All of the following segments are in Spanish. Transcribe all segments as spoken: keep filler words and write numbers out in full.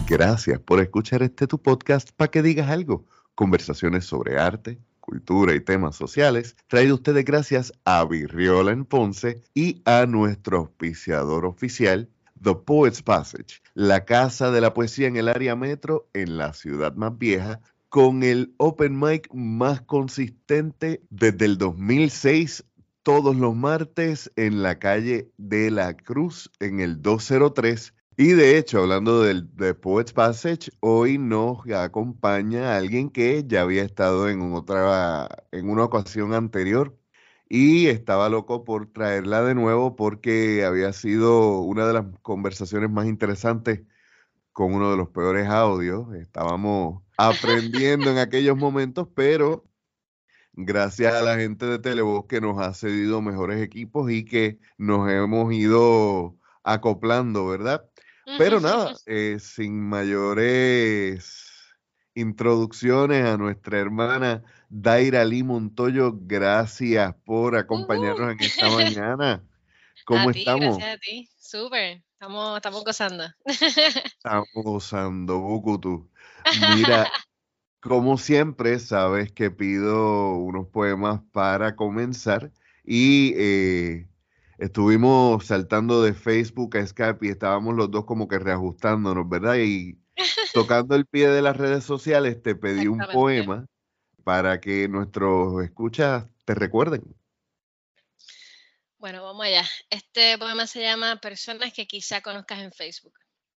Gracias por escuchar este tu podcast para que digas algo. Conversaciones sobre arte, cultura y temas sociales, traído a ustedes gracias a Virriola en Ponce y a nuestro auspiciador oficial, The Poets Passage, la casa de la poesía en el área metro en la ciudad más vieja, con el open mic más consistente desde el dos mil seis, todos los martes en la calle de la Cruz en el doscientos tres. Y de hecho, hablando del de Poets Passage, hoy nos acompaña alguien que ya había estado en otra, en una ocasión anterior y estaba loco por traerla de nuevo porque había sido una de las conversaciones más interesantes con uno de los peores audios. Estábamos aprendiendo en aquellos momentos, pero gracias a la gente de Televoz que nos ha cedido mejores equipos y que nos hemos ido acoplando, ¿verdad? Pero nada, eh, sin mayores introducciones a nuestra hermana Daira Lee Montoyo, gracias por acompañarnos en esta mañana. ¿Cómo A ti, estamos? gracias a ti. Súper. Estamos, estamos gozando. Estamos gozando, Bukutu. Mira, como siempre, sabes que pido unos poemas para comenzar y eh, estuvimos saltando de Facebook a Skype y estábamos los dos como que reajustándonos, ¿verdad? Y tocando el pie de las redes sociales, te pedí un Exactamente. poema para que nuestros escuchas te recuerden. Bueno, vamos allá. Este poema se llama Personas que quizá conozcas en Facebook.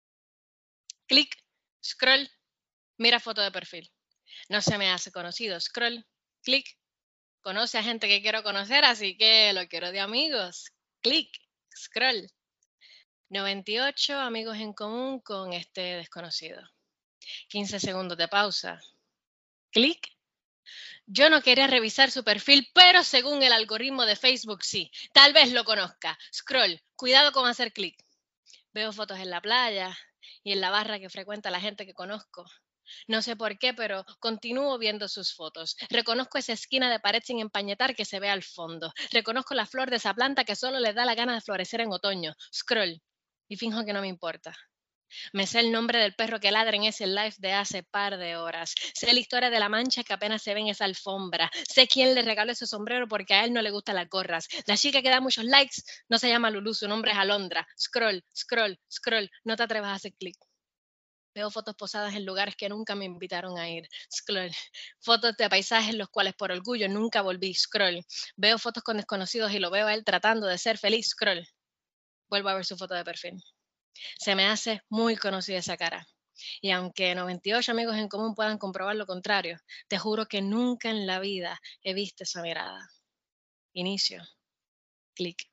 Clic, scroll, mira foto de perfil. No se me hace conocido. Scroll, clic, conoce a gente que quiero conocer, así que lo quiero de amigos. Clic, scroll. noventa y ocho amigos en común con este desconocido. quince segundos de pausa. Clic. Yo no quería revisar su perfil, pero según el algoritmo de Facebook sí. Tal vez lo conozca. Scroll. Cuidado con hacer clic. Veo fotos en la playa y en la barra que frecuenta la gente que conozco. No sé por qué, pero continúo viendo sus fotos. Reconozco esa esquina de pared sin empañetar que se ve al fondo. Reconozco la flor de esa planta que solo le da la gana de florecer en otoño. Scroll. Y finjo que no me importa. Me sé el nombre del perro que ladra en ese live de hace par de horas. Sé la historia de la mancha que apenas se ve en esa alfombra. Sé quién le regaló ese sombrero porque a él no le gustan las gorras. La chica que da muchos likes no se llama Lulu, su nombre es Alondra. Scroll, scroll, scroll. No te atrevas a hacer clic. Veo fotos posadas en lugares que nunca me invitaron a ir. Scroll. Fotos de paisajes los cuales por orgullo nunca volví. Scroll. Veo fotos con desconocidos y lo veo a él tratando de ser feliz. Scroll. Vuelvo a ver su foto de perfil. Se me hace muy conocida esa cara. Y aunque noventa y ocho amigos en común puedan comprobar lo contrario, te juro que nunca en la vida he visto esa mirada. Inicio. Clic.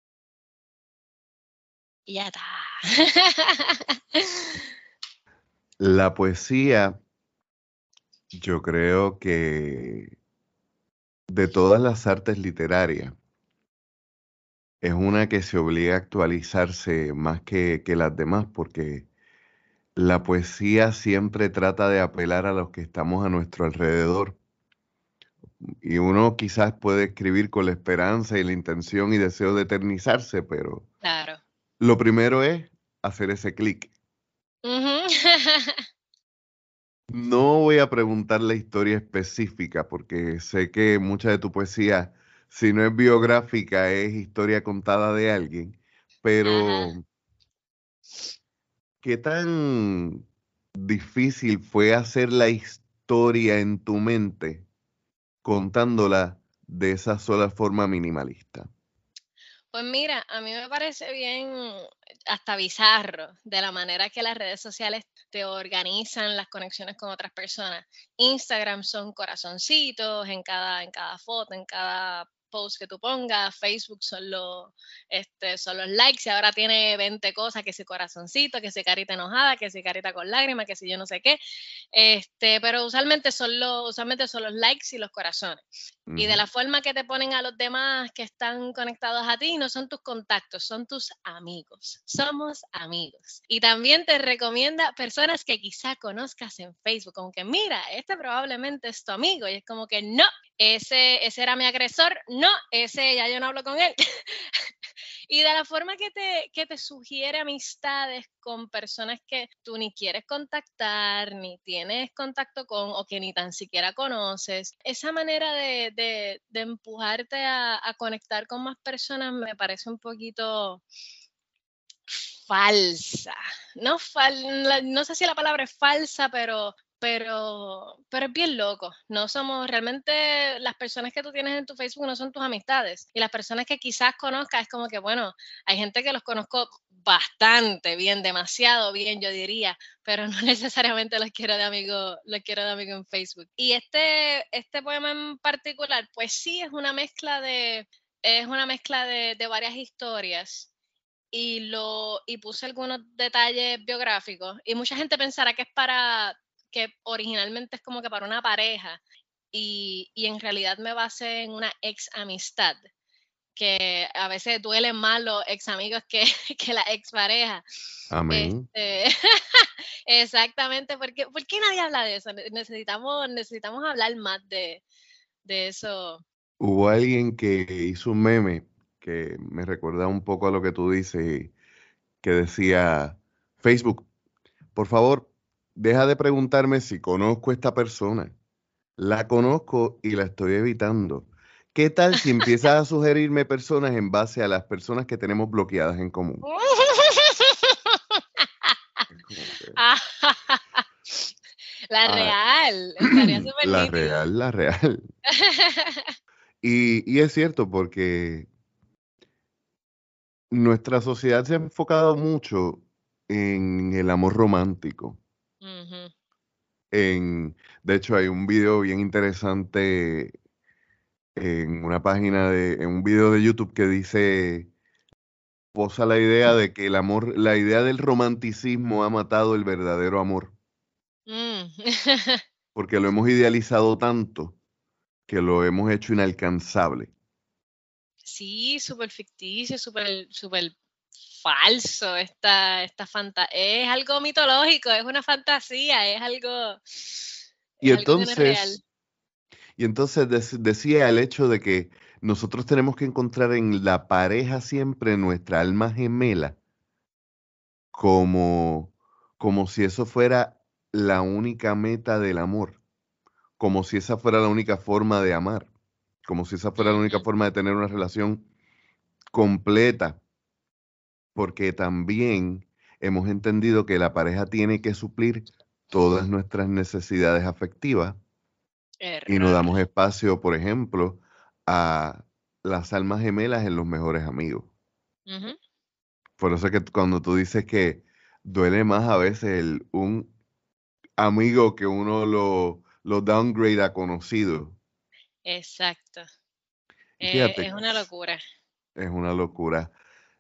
Y ya está. La poesía, yo creo que de todas las artes literarias, es una que se obliga a actualizarse más que, que las demás, porque la poesía siempre trata de apelar a los que estamos a nuestro alrededor. Y uno quizás puede escribir con la esperanza y la intención y deseo de eternizarse, pero Claro. lo primero es hacer ese clic. Ujú. No voy a preguntar la historia específica, porque sé que mucha de tu poesía, si no es biográfica, es historia contada de alguien, Ajá. pero ¿qué tan difícil fue hacer la historia en tu mente contándola de esa sola forma minimalista? Pues mira, a mí me parece bien hasta bizarro de la manera que las redes sociales te organizan las conexiones con otras personas. Instagram son corazoncitos en cada, en cada foto, en cada post que tú pongas. Facebook son los, este, son los likes y ahora tiene veinte cosas, que si corazoncito, que si carita enojada, que si carita con lágrimas, que si yo no sé qué. Este, pero usualmente son los, usualmente son los likes y los corazones. Y de Ujú. la forma que te ponen a los demás que están conectados a ti, no son tus contactos, son tus amigos. Somos amigos. Y también te recomienda personas que quizá conozcas en Facebook, como que mira, este probablemente es tu amigo. Y es como que no, ese, ese era mi agresor, no, ese ya yo no hablo con él. Y de la forma que te, que te sugiere amistades con personas que tú ni quieres contactar, ni tienes contacto con, o que ni tan siquiera conoces. Esa manera de, de, de empujarte a, a conectar con más personas me parece un poquito falsa. No, fal, la- no sé si la palabra es falsa, pero, pero, pero es bien loco. No somos, realmente las personas que tú tienes en tu Facebook no son tus amistades. Y las personas que quizás conozcas es como que, bueno, hay gente que los conozco bastante bien, demasiado bien, yo diría, pero no necesariamente los quiero de amigo, los quiero de amigo en Facebook. Y este, este poema en particular, pues sí, es una mezcla de, es una mezcla de, de varias historias y, lo, y puse algunos detalles biográficos y mucha gente pensará que es para, que originalmente es como que para una pareja y, y en realidad me basé en una ex amistad, que a veces duelen más los ex amigos que, que la ex pareja. Amén. Este, exactamente, porque ¿por qué nadie habla de eso? Necesitamos, necesitamos hablar más de, de eso. Hubo alguien que hizo un meme que me recuerda un poco a lo que tú dices, que decía, Facebook, por favor, deja de preguntarme si conozco a esta persona. La conozco y la estoy evitando. ¿Qué tal si empiezas a sugerirme personas en base a las personas que tenemos bloqueadas en común? Es como que, La ah, real, estaría súper la nítido. real, la real. Y, y es cierto porque nuestra sociedad se ha enfocado mucho en el amor romántico. Ujú. En, de hecho, hay un video bien interesante en una página de, en un video de YouTube que dice, posa la idea de que el amor, la idea del romanticismo ha matado el verdadero amor, Mm. porque lo hemos idealizado tanto que lo hemos hecho inalcanzable. Sí, súper ficticio, súper, súper falso. Esta, esta fanta es algo mitológico, es una fantasía, es algo, Y es algo que no es real. entonces, y entonces dec- decía el hecho de que nosotros tenemos que encontrar en la pareja siempre nuestra alma gemela, como, como si eso fuera la única meta del amor, como si esa fuera la única forma de amar, como si esa fuera la única Ujú, forma de tener una relación completa, porque también hemos entendido que la pareja tiene que suplir todas nuestras necesidades afectivas y no error. damos espacio, por ejemplo, a las almas gemelas en los mejores amigos. Ujú. Por eso es que cuando tú dices que duele más a veces el, un amigo que uno lo, lo downgrade a conocido. Exacto. Y Eh, fíjate, es una locura. es una locura.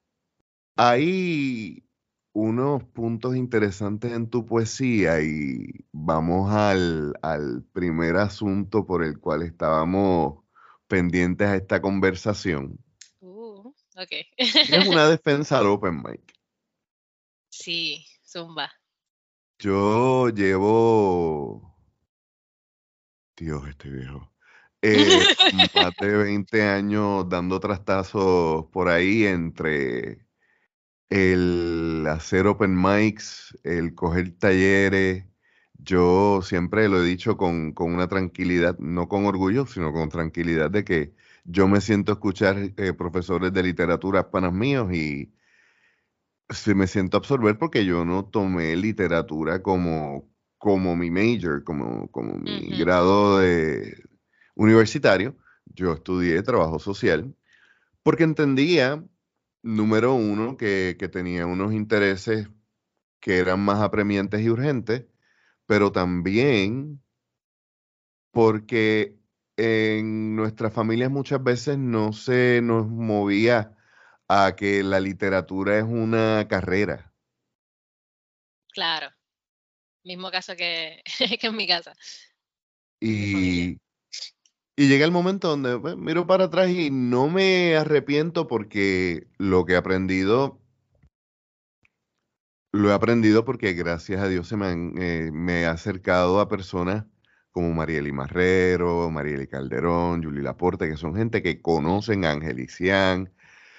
Hay unos puntos interesantes en tu poesía y vamos al, al primer asunto por el cual estábamos pendientes a esta conversación. Uh, ok. Y es una defensa al open mic. Sí, zumba. Yo llevo, Dios, este viejo, eh, más de veinte años dando trastazos por ahí entre el hacer open mics, el coger talleres. Yo siempre lo he dicho con, con una tranquilidad, no con orgullo, sino con tranquilidad de que yo me siento a escuchar eh, profesores de literatura panas míos y sí me siento a absorber porque yo no tomé literatura como, como mi major, como, como mi Ujú. grado de universitario. Yo estudié trabajo social porque entendía, número uno, que, que tenía unos intereses que eran más apremiantes y urgentes, pero también porque en nuestras familias muchas veces no se nos movía a que la literatura es una carrera. Claro. Mismo caso que, que en mi casa, en mi familia. Y, y llega el momento donde pues, miro para atrás y no me arrepiento porque lo que he aprendido, lo he aprendido porque gracias a Dios se me, han, eh, me he acercado a personas como Marieli Marrero, Marieli Calderón, Julie Laporte, que son gente que conocen a Ángel Icián,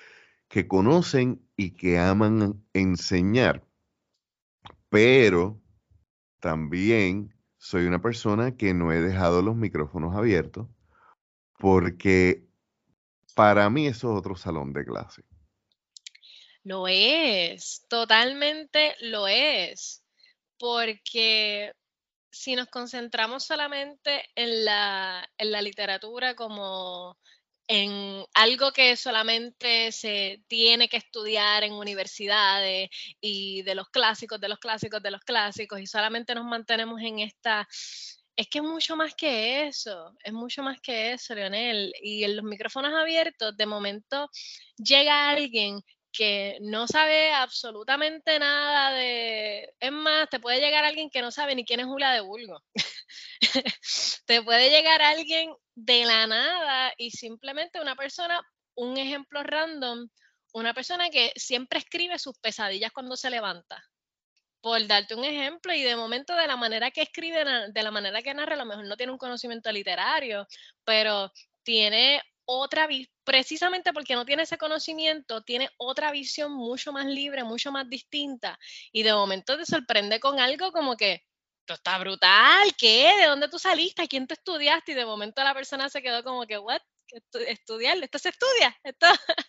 que conocen y que aman enseñar, pero también soy una persona que no he dejado los micrófonos abiertos porque para mí eso es otro salón de clase. Lo es, totalmente lo es, porque si nos concentramos solamente en la, en la literatura como en algo que solamente se tiene que estudiar en universidades y de los clásicos, de los clásicos, de los clásicos, y solamente nos mantenemos en esta... Es que es mucho más que eso, es mucho más que eso, Leonel. Y en los micrófonos abiertos, de momento llega alguien que no sabe absolutamente nada de... Es más, te puede llegar alguien que no sabe ni quién es Julia de Burgos. Te puede llegar alguien de la nada y simplemente una persona, un ejemplo random, una persona que siempre escribe sus pesadillas cuando se levanta. Por darte un ejemplo, y de momento de la manera que escribe, de la manera que narra, a lo mejor no tiene un conocimiento literario, pero tiene otra visión, precisamente porque no tiene ese conocimiento, tiene otra visión mucho más libre, mucho más distinta, y de momento te sorprende con algo como que, esto está brutal, ¿qué? ¿De dónde tú saliste? ¿A quién te estudiaste? Y de momento la persona se quedó como que, ¿what? Estudiar, esto se estudia, esto...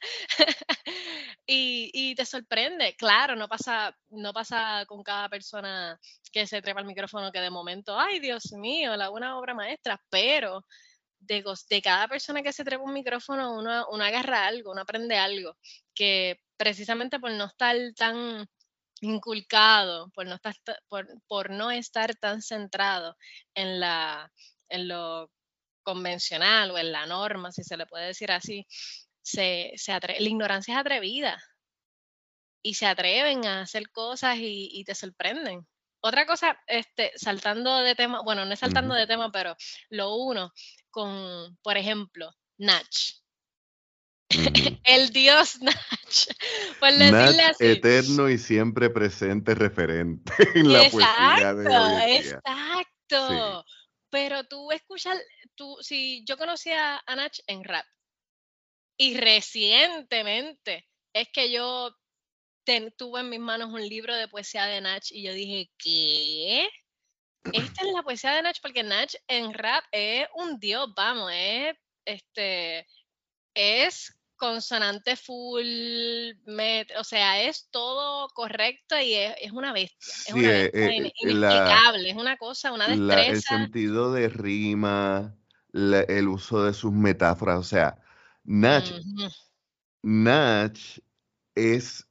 y, y te sorprende, claro, no pasa, no pasa con cada persona que se trepa al micrófono que de momento, ay Dios mío, la una obra maestra, pero de, de cada persona que se trepa un micrófono uno, uno agarra algo, uno aprende algo, que precisamente por no estar tan inculcado, por no estar, por, por no estar tan centrado en, la, en lo convencional o en la norma, si se le puede decir así, se, se atre- la ignorancia es atrevida y se atreven a hacer cosas y, y te sorprenden. Otra cosa, este, saltando de tema, bueno, no es saltando Ujú. de tema, pero lo uno con, por ejemplo, Nach. Ujú. El dios Nach, por decirle Nach, así. eterno y siempre presente referente en la poesía de Exacto, hoy en día. Sí. exacto. Pero tú escuchas, tú, si yo conocí a, a Nach en rap y recientemente es que yo ten- tuve en mis manos un libro de poesía de Nach y yo dije, ¿qué? Esta es la poesía de Nach porque Nach en rap es un dios, vamos, es, este, es consonante full, met- o sea, es todo correcto y es, es una bestia, es Sí, una eh, bestia in- eh, eh, la, inexplicable, es una cosa, una la- el destreza. sentido de rima, la- el uso de sus metáforas, o sea, Nach, Ujú, Nach es,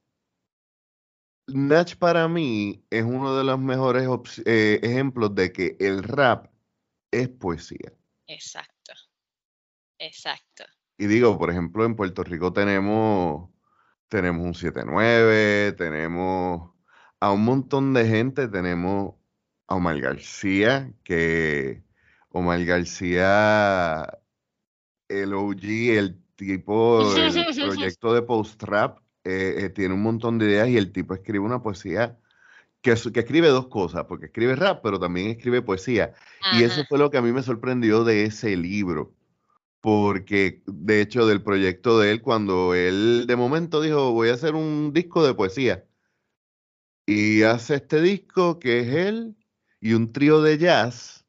Nach para mí es uno de los mejores ops- eh, ejemplos de que el rap es poesía. exacto, exacto. Y digo, por ejemplo, en Puerto Rico tenemos, tenemos un siete nueve, tenemos a un montón de gente, tenemos a Omar García, que Omar García, el O G, el tipo, el proyecto de post-rap, eh, eh, tiene un montón de ideas y el tipo escribe una poesía que, es- que escribe dos cosas, porque escribe rap, pero también escribe poesía. Y Ajá. eso fue lo que a mí me sorprendió de ese libro porque de hecho del proyecto de él, cuando él de momento dijo, voy a hacer un disco de poesía, y hace este disco que es él y un trío de jazz,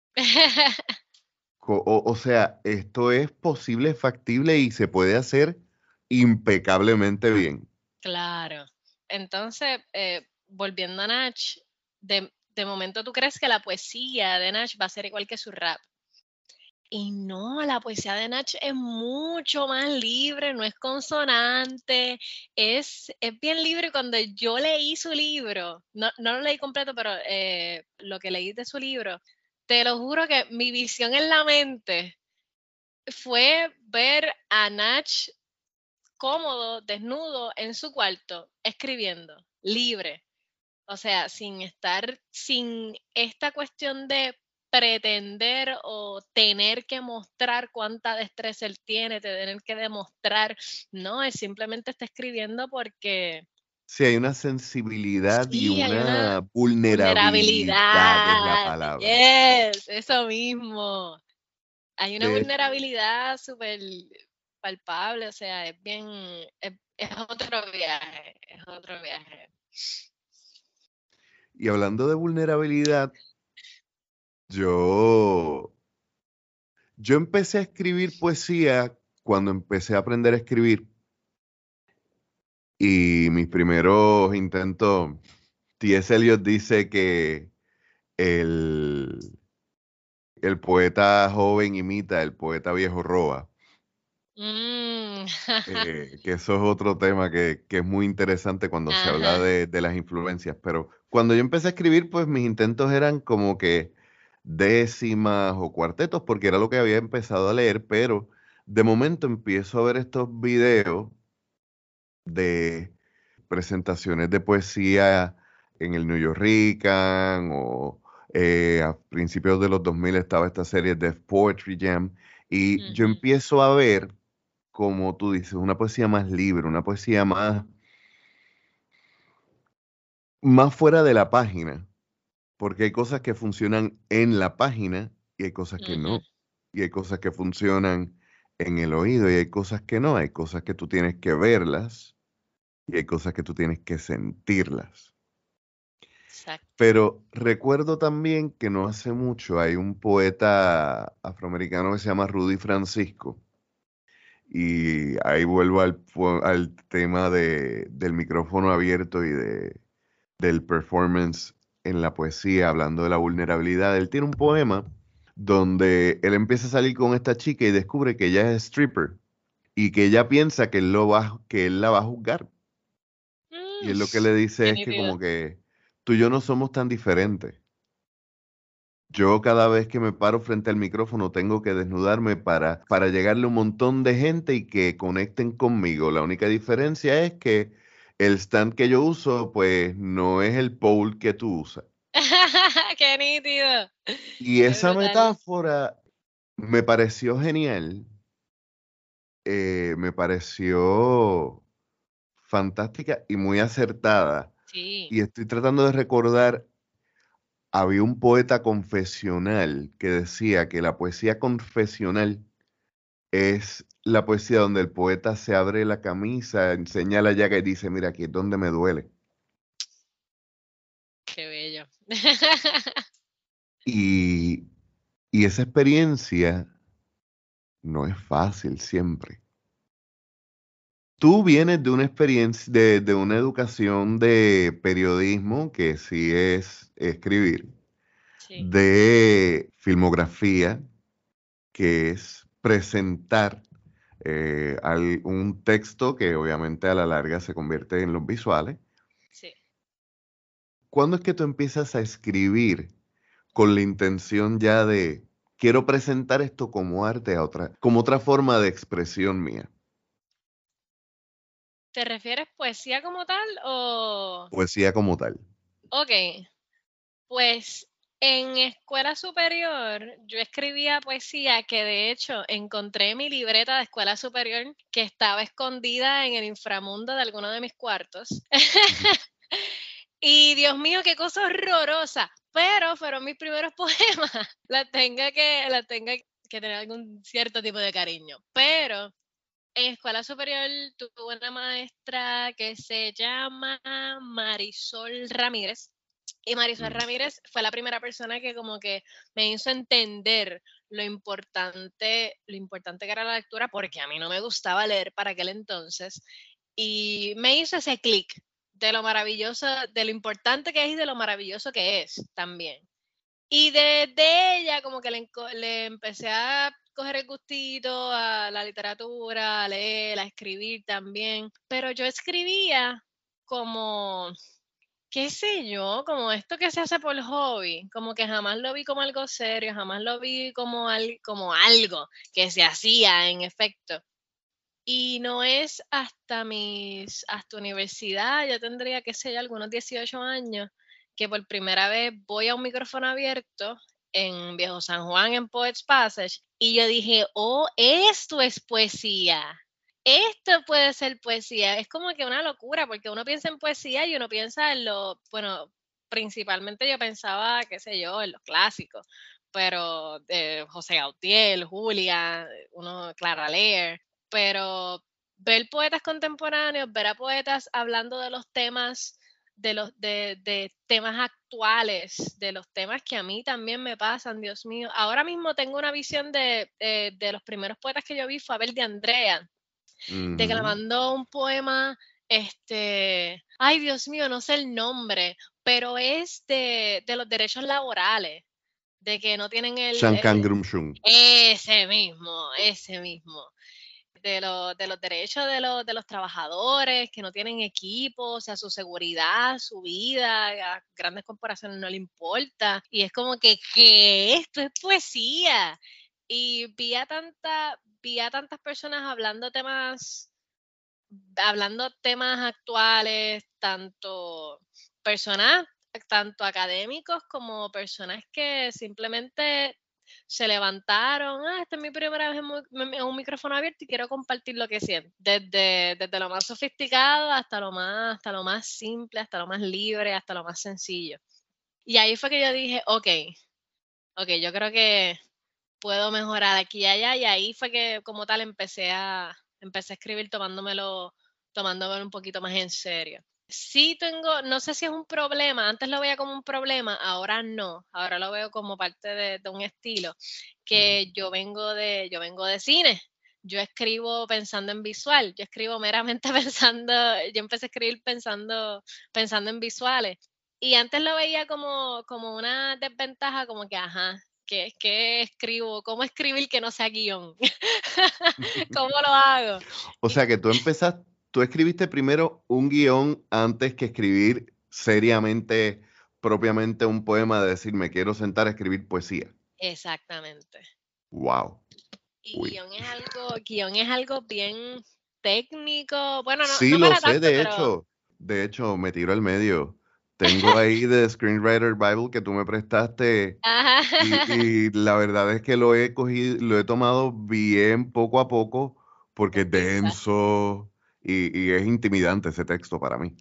co- o, o sea, esto es posible, factible y se puede hacer impecablemente bien. Claro. Entonces, eh, volviendo a Nach, de, de momento tú crees que la poesía de Nach va a ser igual que su rap. Y no, la poesía de Nach es mucho más libre, no es consonante, es, es bien libre. Cuando yo leí su libro, no, no lo leí completo, pero eh, lo que leí de su libro, te lo juro que mi visión en la mente fue ver a Nach cómodo, desnudo, en su cuarto, escribiendo, libre. O sea, sin estar, sin esta cuestión de pretender o tener que mostrar cuánta destreza él tiene, tener que demostrar, no, él simplemente está escribiendo porque Sí, hay una sensibilidad y sí, hay una una vulnerabilidad, es la vulnerabilidad, palabra. yes, eso mismo. Hay una De, vulnerabilidad súper palpable, o sea, es bien, es, es otro viaje, es otro viaje. Y hablando de vulnerabilidad, yo, yo empecé a escribir poesía cuando empecé a aprender a escribir y mis primeros intentos, T S. Eliot dice que el, el poeta joven imita, el poeta viejo roba. Mm. Eh, que eso es otro tema que, que es muy interesante cuando se habla Ajá. de, de las influencias. Pero cuando yo empecé a escribir, pues mis intentos eran como que décimas o cuartetos, porque era lo que había empezado a leer, pero de momento empiezo a ver estos videos de presentaciones de poesía en el New Yorker o eh, a principios de los dos mil estaba esta serie Def Poetry Jam y yo Ujú. empiezo a ver, como tú dices, una poesía más libre, una poesía más, más fuera de la página, porque hay cosas que funcionan en la página y hay cosas que Ujú. no, y hay cosas que funcionan en el oído y hay cosas que no, hay cosas que tú tienes que verlas y hay cosas que tú tienes que sentirlas. Exacto. Pero recuerdo también que no hace mucho hay un poeta afroamericano que se llama Rudy Francisco. Y ahí vuelvo al, pu- al tema de, del micrófono abierto y de, del performance en la poesía, hablando de la vulnerabilidad. Él tiene un poema donde él empieza a salir con esta chica y descubre que ella es stripper y que ella piensa que él, lo va, que él la va a juzgar. Y Mm. él lo que le dice Qué es que nítido. como que tú y yo no somos tan diferentes. Yo cada vez que me paro frente al micrófono tengo que desnudarme para, para llegarle a un montón de gente y que conecten conmigo. La única diferencia es que el stand que yo uso, pues no es el pole que tú usas. Qué nítido. Y Qué esa brutal. metáfora me pareció genial, eh, me pareció fantástica y muy acertada. Sí. Y estoy tratando de recordar, había un poeta confesional que decía que la poesía confesional es la poesía donde el poeta se abre la camisa, enseña la llaga y dice, mira, aquí es donde me duele. Qué bello. Y, y esa experiencia no es fácil siempre. Tú vienes de una experiencia, de, de una educación de periodismo, que sí es escribir, Sí. de filmografía, que es presentar eh, al- un texto que obviamente a la larga se convierte en los visuales. Sí. ¿Cuándo es que tú empiezas a escribir con la intención ya de quiero presentar esto como arte a otra, como otra forma de expresión mía? ¿Te refieres poesía como tal o...? Poesía como tal. Ok, pues en escuela superior yo escribía poesía que de hecho encontré mi libreta de escuela superior que estaba escondida en el inframundo de alguno de mis cuartos. Ujú. Y Dios mío, qué cosa horrorosa. Pero fueron mis primeros poemas. La tengo que, la tengo que tener algún cierto tipo de cariño. Pero en escuela superior tuve una maestra que se llama Marisol Ramírez. Y Marisol Mm. Ramírez fue la primera persona que como que me hizo entender lo importante, lo importante que era la lectura, porque a mí no me gustaba leer para aquel entonces. Y me hizo ese clic de lo maravilloso, de lo importante que es y de lo maravilloso que es también. Y desde ella como que le, enco- le empecé a coger el gustito a la literatura, a leer, a escribir también. Pero yo escribía como, qué sé yo, como esto que se hace por hobby, como que jamás lo vi como algo serio, jamás lo vi como, al- como algo que se hacía en efecto. Y no es hasta mis, hasta universidad, yo tendría, qué sé yo, algunos dieciocho años, que por primera vez voy a un micrófono abierto en Viejo San Juan, en Poets Passage, y yo dije, oh, esto es poesía. Esto puede ser poesía. Es como que una locura, porque uno piensa en poesía y uno piensa en lo, bueno, principalmente yo pensaba, qué sé yo, en los clásicos, pero de José Gautier, Julia, uno, Clara Leer, pero ver poetas contemporáneos, ver a poetas hablando de los temas, de los de, de temas actuales, de los temas que a mí también me pasan, Dios mío. Ahora mismo tengo una visión de, de, de los primeros poetas que yo vi fue Abel de Andrea, Uh-huh. de que le mandó un poema, este, ay Dios mío, no sé el nombre, pero es de, de los derechos laborales, de que no tienen el, Shankan el Grumshun. ese mismo, ese mismo. De, lo, de los derechos de, lo, de los trabajadores que no tienen equipo, o sea, su seguridad, su vida, a grandes corporaciones no le importa. Y es como que, ¿qué? Esto es poesía. Y vi a, tanta, vi a tantas personas hablando temas, hablando temas actuales, tanto personas, tanto académicos como personas que simplemente se levantaron, ah, esta es mi primera vez en, en un micrófono abierto y quiero compartir lo que siento, desde, desde lo más sofisticado hasta lo más, hasta lo más simple, hasta lo más libre, hasta lo más sencillo. Y ahí fue que yo dije, ok, ok, yo creo que puedo mejorar aquí y allá, y ahí fue que como tal empecé a, empecé a escribir tomándomelo, tomándomelo un poquito más en serio. Sí tengo, no sé si es un problema, antes lo veía como un problema, ahora no, ahora lo veo como parte de, de un estilo, que yo vengo de, yo vengo de cine, yo escribo pensando en visual, yo escribo meramente pensando, yo empecé a escribir pensando, pensando en visuales, y antes lo veía como, como una desventaja, como que, ajá, ¿qué, qué escribo? ¿Cómo escribir que no sea guión? ¿Cómo lo hago? O sea que tú empezaste, tú escribiste primero un guión antes que escribir seriamente, propiamente un poema de decir, me quiero sentar a escribir poesía. Exactamente. Wow. Y Uy. guión es algo, guión es algo bien técnico. Bueno, no, Sí, no lo para sé, tanto, de pero hecho, de hecho, me tiro al medio. Tengo ahí de Screenwriter Bible que tú me prestaste ajá. y, y la verdad es que lo he cogido, lo he tomado bien poco a poco porque Con es pinza. denso y, y es intimidante ese texto para mí.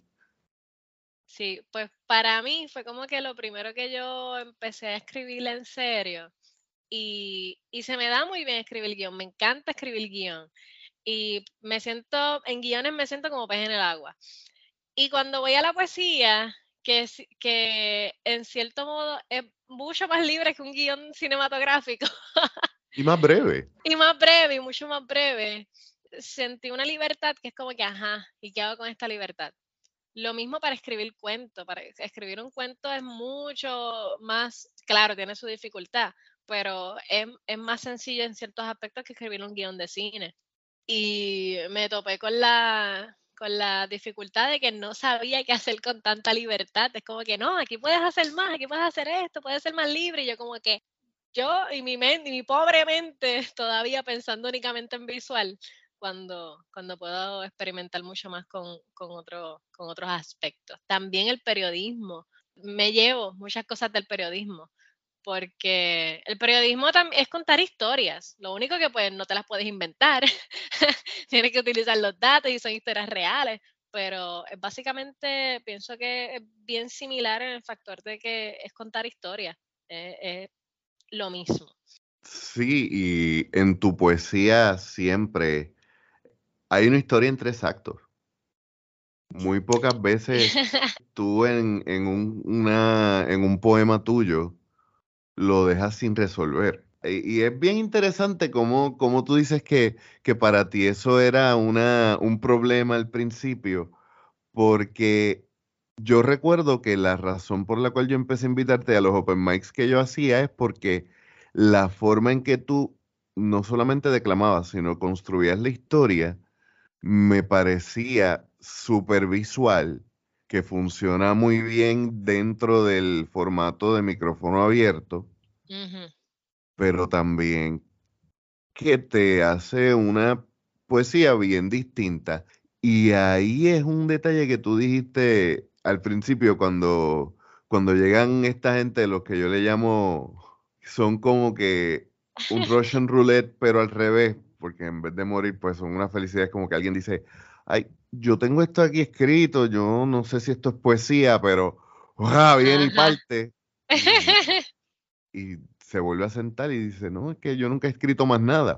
Sí, pues para mí fue como que lo primero que yo empecé a escribir en serio. Y, y se me da muy bien escribir guión. Me encanta escribir guión. Y me siento, en guiones me siento como pez en el agua. Y cuando voy a la poesía, que, es- que en cierto modo es mucho más libre que un guión cinematográfico Y más breve. y más breve y mucho más breve, sentí una libertad que es como que, ajá, ¿y qué hago con esta libertad? Lo mismo para escribir cuento. Para escribir un cuento es mucho más, claro, tiene su dificultad, pero es, es más sencillo en ciertos aspectos que escribir un guión de cine. Y me topé con la, con la dificultad de que no sabía qué hacer con tanta libertad. Es como que no, aquí puedes hacer más, aquí puedes hacer esto, puedes ser más libre. Y yo como que yo y mi mente, y mi pobre mente todavía pensando únicamente en visual, cuando, cuando puedo experimentar mucho más con, con, otro, con otros aspectos. También el periodismo. Me llevo muchas cosas del periodismo porque el periodismo también es contar historias. Lo único que pues no te las puedes inventar. Tienes que utilizar los datos y son historias reales, pero es básicamente pienso que es bien similar en el factor de que es contar historias. Es, es lo mismo. Sí, y en tu poesía siempre hay una historia en tres actos. Muy pocas veces tú en, en un, una, en un poema tuyo lo dejas sin resolver. Y, y es bien interesante cómo, cómo tú dices que, que para ti eso era una, un problema al principio, porque yo recuerdo que la razón por la cual yo empecé a invitarte a los open mics que yo hacía es porque la forma en que tú no solamente declamabas, sino construías la historia, me parecía súper visual, que funciona muy bien dentro del formato de micrófono abierto, Ujú. pero también que te hace una poesía bien distinta. Y ahí es un detalle que tú dijiste al principio cuando, cuando llegan esta gente, los que yo le llamo, son como que un Russian roulette, pero al revés, porque en vez de morir, pues son una felicidad, es como que alguien dice, ay, yo tengo esto aquí escrito, yo no sé si esto es poesía, pero ¡ah! Viene y Ajá. parte. Y, y se vuelve a sentar y dice, no, es que yo nunca he escrito más nada.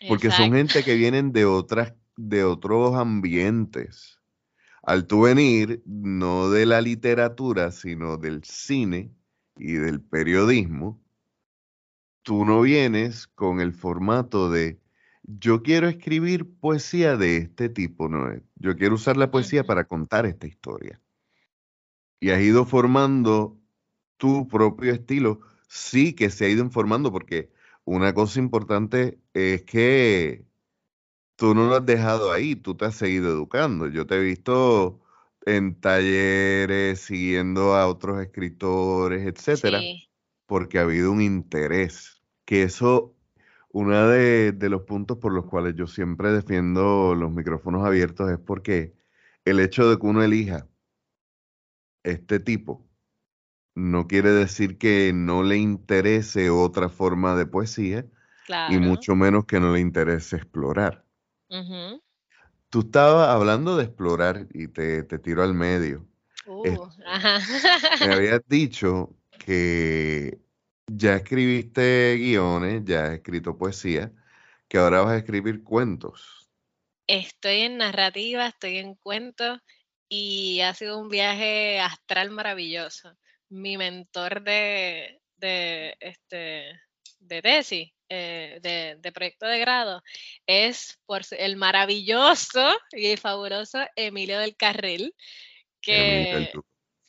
porque son Exacto. gente que vienen de otras, de otros ambientes. Al tú venir, no de la literatura, sino del cine y del periodismo, tú no vienes con el formato de yo quiero escribir poesía de este tipo, no es. Yo quiero usar la poesía Ujú. para contar esta historia. Y has ido formando tu propio estilo. Sí que se ha ido informando porque una cosa importante es que tú no lo has dejado ahí, tú te has seguido educando. Yo te he visto en talleres, siguiendo a otros escritores, etcétera, Sí. porque ha habido un interés. Que eso, uno de, de los puntos por los cuales yo siempre defiendo los micrófonos abiertos es porque el hecho de que uno elija este tipo no quiere decir que no le interese otra forma de poesía y Claro. mucho menos que no le interese explorar. Ujú. Tú estabas hablando de explorar y te, te tiro al medio. Es- Uh, ajá. Me habías dicho que ya escribiste guiones, ya has escrito poesía, que ahora vas a escribir cuentos. Estoy en narrativa, estoy en cuentos y ha sido un viaje astral maravilloso. Mi mentor de, de, este, de tesis, eh, de, de proyecto de grado, es por su- el maravilloso y fabuloso Emilio del Carril, Emilio del que Duque.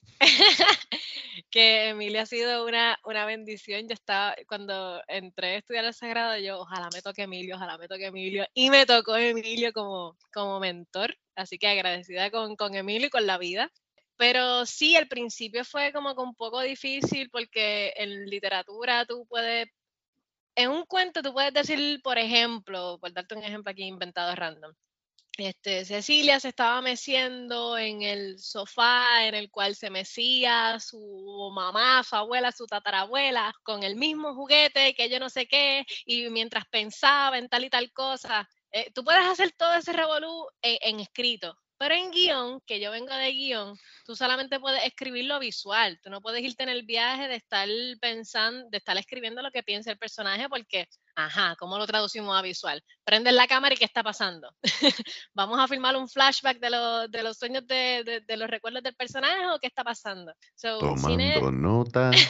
que Emilio ha sido una, una bendición. Yo estaba, cuando entré a estudiar el sagrado, yo ojalá me toque Emilio, ojalá me toque Emilio. Y me tocó Emilio como, como mentor. Así que agradecida con, con Emilio y con la vida. Pero sí, al principio fue como que un poco difícil porque en literatura tú puedes, en un cuento tú puedes decir, por ejemplo, por darte un ejemplo aquí inventado random. Este, Cecilia se estaba meciendo en el sofá en el cual se mecía su mamá, su abuela, su tatarabuela, con el mismo juguete que yo no sé qué, y mientras pensaba en tal y tal cosa. Eh, tú puedes hacer todo ese revolú en, en escrito, pero en guión, que yo vengo de guión, tú solamente puedes escribirlo visual. Tú no puedes irte en el viaje de estar pensando, de estar escribiendo lo que piensa el personaje, porque, ajá, ¿cómo lo traducimos a visual? Prendes la cámara y ¿qué está pasando? ¿Vamos a filmar un flashback de, lo, de los sueños de, de, de, los recuerdos del personaje o qué está pasando? So, cine, Tomando nota.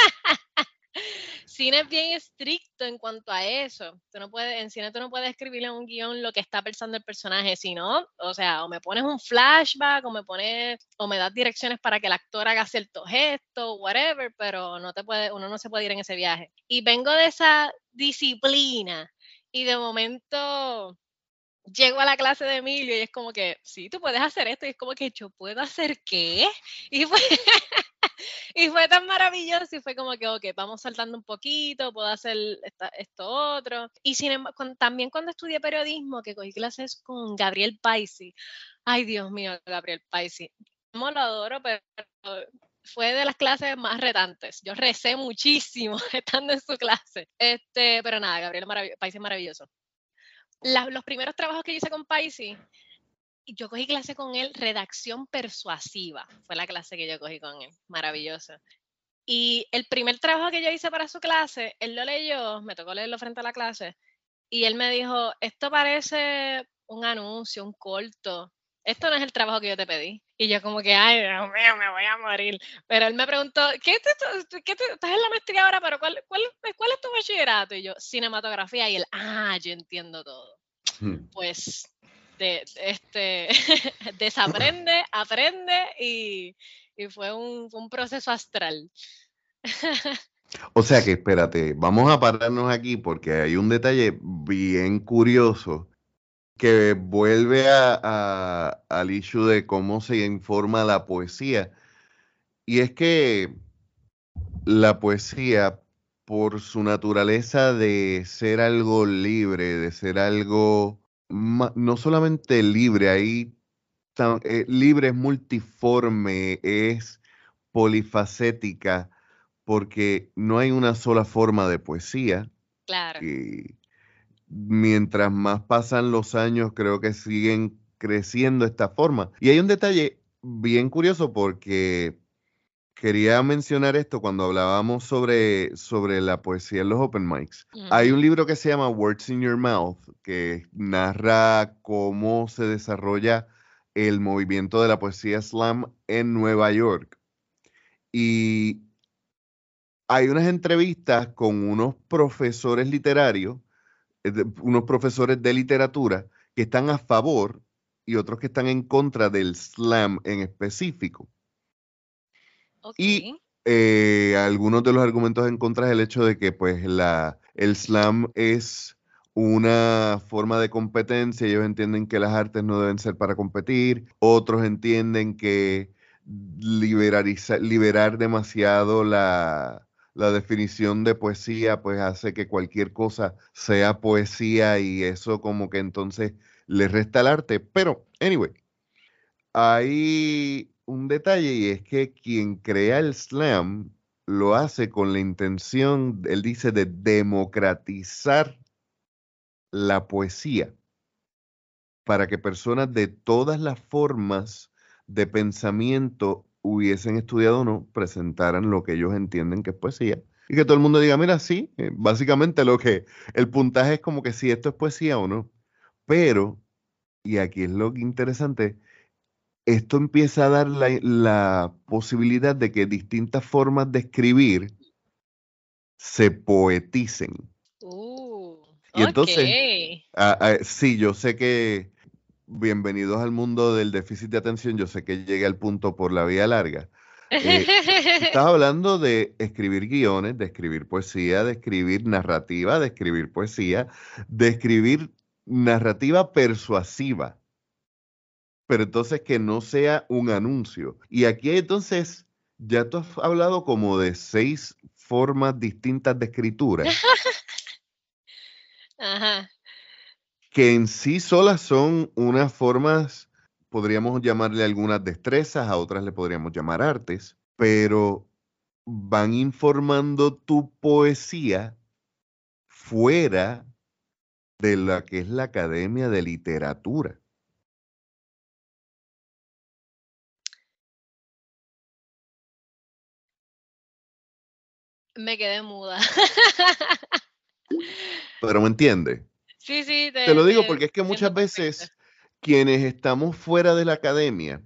cine es bien estricto en cuanto a eso. Tú no puedes, en cine tú no puedes escribir en un guión lo que está pensando el personaje, sino, o sea, o me pones un flashback, o me pones, o me das direcciones para que el actor haga cierto gesto, whatever, pero no te puede, uno no se puede ir en ese viaje. Y vengo de esa disciplina, y de momento llego a la clase de Emilio y es como que, sí, tú puedes hacer esto. Y es como que, ¿yo puedo hacer qué? Y fue, y fue tan maravilloso y fue como que, ok, vamos saltando un poquito, puedo hacer esta, esto otro. Y sin embargo, también cuando estudié periodismo, que cogí clases con Gabriel Paisi, ay Dios mío, Gabriel Paisi, no lo adoro, pero fue de las clases más retantes. Yo recé muchísimo estando en su clase. Este, pero nada, Gabriel Marav- Paisi es maravilloso. La, los primeros trabajos que yo hice con Paisi, yo cogí clase con él, redacción persuasiva, fue la clase que yo cogí con él, maravilloso. Y el primer trabajo que yo hice para su clase, él lo leyó, me tocó leerlo frente a la clase, y él me dijo, esto parece un anuncio, un corto, esto no es el trabajo que yo te pedí. Y yo como que, ay, Dios mío, me voy a morir. Pero él me preguntó, ¿qué te, qué te, estás en la maestría ahora, pero ¿cuál, cuál, cuál es tu bachillerato? Y yo, cinematografía, y él, ah, yo entiendo todo. Hmm. Pues de, este, desaprende, aprende y, y fue, un, fue un proceso astral. O sea que espérate, vamos a pararnos aquí porque hay un detalle bien curioso que vuelve a, a- al issue de cómo se informa la poesía. Y es que la poesía, por su naturaleza de ser algo libre, de ser algo ma- no solamente libre, ahí tam- eh, libre es multiforme, es polifacética, porque no hay una sola forma de poesía. Claro. Y mientras más pasan los años, creo que siguen creciendo esta forma. Y hay un detalle bien curioso porque quería mencionar esto cuando hablábamos sobre, sobre la poesía en los open mics. Ujú. Hay un libro que se llama Words in Your Mouth, que narra cómo se desarrolla el movimiento de la poesía slam en Nueva York. Y hay unas entrevistas con unos profesores literarios, eh, de- unos profesores de literatura que están a favor y otros que están en contra del slam en específico. Ok. Y eh, algunos de los argumentos en contra es el hecho de que pues la, el slam es una forma de competencia. Ellos entienden que las artes no deben ser para competir. Otros entienden que liberariza- liberar demasiado la, la definición de poesía pues hace que cualquier cosa sea poesía y eso como que entonces le resta al arte. Pero, anyway. Hay un detalle y es que quien crea el slam lo hace con la intención, él dice, de democratizar la poesía para que personas de todas las formas de pensamiento hubiesen estudiado o no, presentaran lo que ellos entienden que es poesía. Y que todo el mundo diga, mira, sí, eh, básicamente lo que, el puntaje es como que si esto es poesía o no. Pero, y aquí es lo interesante, esto empieza a dar la, la posibilidad de que distintas formas de escribir se poeticen. Uh, Y entonces, ok. ah, ah, sí, yo sé que, bienvenidos al mundo del déficit de atención, yo sé que llegué al punto por la vía larga. Eh, estaba hablando de escribir guiones, de escribir poesía, de escribir narrativa, de escribir poesía, de escribir narrativa persuasiva, pero entonces que no sea un anuncio. Y aquí entonces, ya tú has hablado como de seis formas distintas de escritura, Ajá. que en sí solas son unas formas, podríamos llamarle algunas destrezas, a otras le podríamos llamar artes, pero van informando tu poesía fuera de la que es la Academia de Literatura. Me quedé muda. Pero ¿me entiendes? Sí, sí, Te te, lo digo te porque es que entiendo muchas perfecto. veces quienes estamos fuera de la academia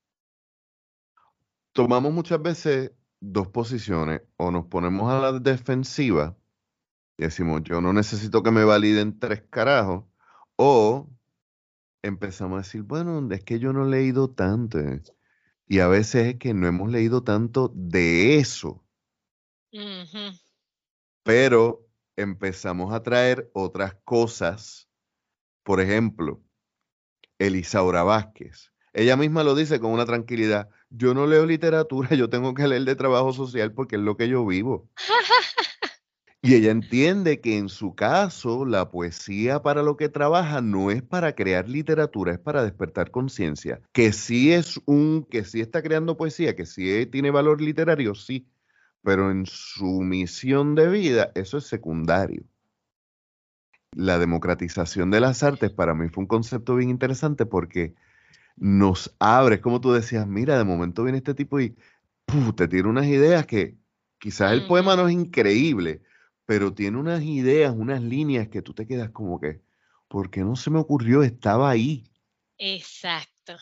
tomamos muchas veces dos posiciones, o nos ponemos a la defensiva y decimos, yo no necesito que me validen tres carajos, o empezamos a decir, bueno, es que yo no he leído tanto, eh, y a veces es que no hemos leído tanto de eso, Ujú. pero empezamos a traer otras cosas. Por ejemplo, Elisaura Vázquez. Ella misma lo dice con una tranquilidad. Yo no leo literatura, yo tengo que leer de trabajo social porque es lo que yo vivo. Y ella entiende que en su caso la poesía para lo que trabaja no es para crear literatura, es para despertar conciencia. Que sí es un, que sí está creando poesía, que sí tiene valor literario, sí, pero en su misión de vida eso es secundario. La democratización de las artes para mí fue un concepto bien interesante porque nos abre, como tú decías, mira, de momento viene este tipo y ¡puf! Te tiene unas ideas que quizás el poema Ujú. no es increíble, pero tiene unas ideas, unas líneas que tú te quedas como que, ¿por qué no se me ocurrió? Estaba ahí. Exacto.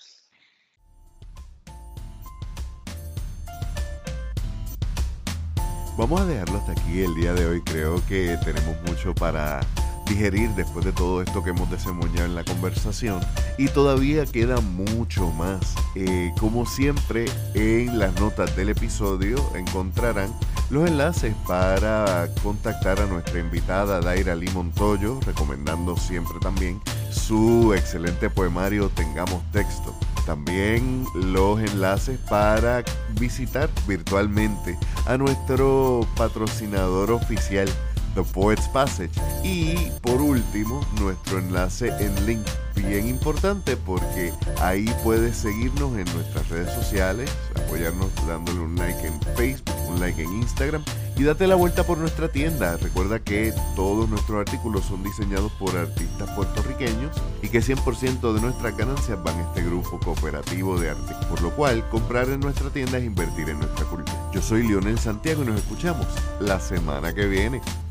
Vamos a dejarlo hasta aquí el día de hoy. Creo que tenemos mucho para digerir después de todo esto que hemos desemboñado en la conversación y todavía queda mucho más. Eh, como siempre, en las notas del episodio encontrarán los enlaces para contactar a nuestra invitada Daira Lee Montoyo, recomendando siempre también su excelente poemario Tengamos Texto. También los enlaces para visitar virtualmente a nuestro patrocinador oficial, The Poets Passage. Y por último, nuestro enlace en link, bien importante porque ahí puedes seguirnos en nuestras redes sociales, apoyarnos dándole un like en Facebook, un like en Instagram y date la vuelta por nuestra tienda. Recuerda que todos nuestros artículos son diseñados por artistas puertorriqueños y que cien por ciento de nuestras ganancias van a este grupo cooperativo de arte, por lo cual comprar en nuestra tienda es invertir en nuestra cultura. Yo soy Leonel Santiago y nos escuchamos la semana que viene.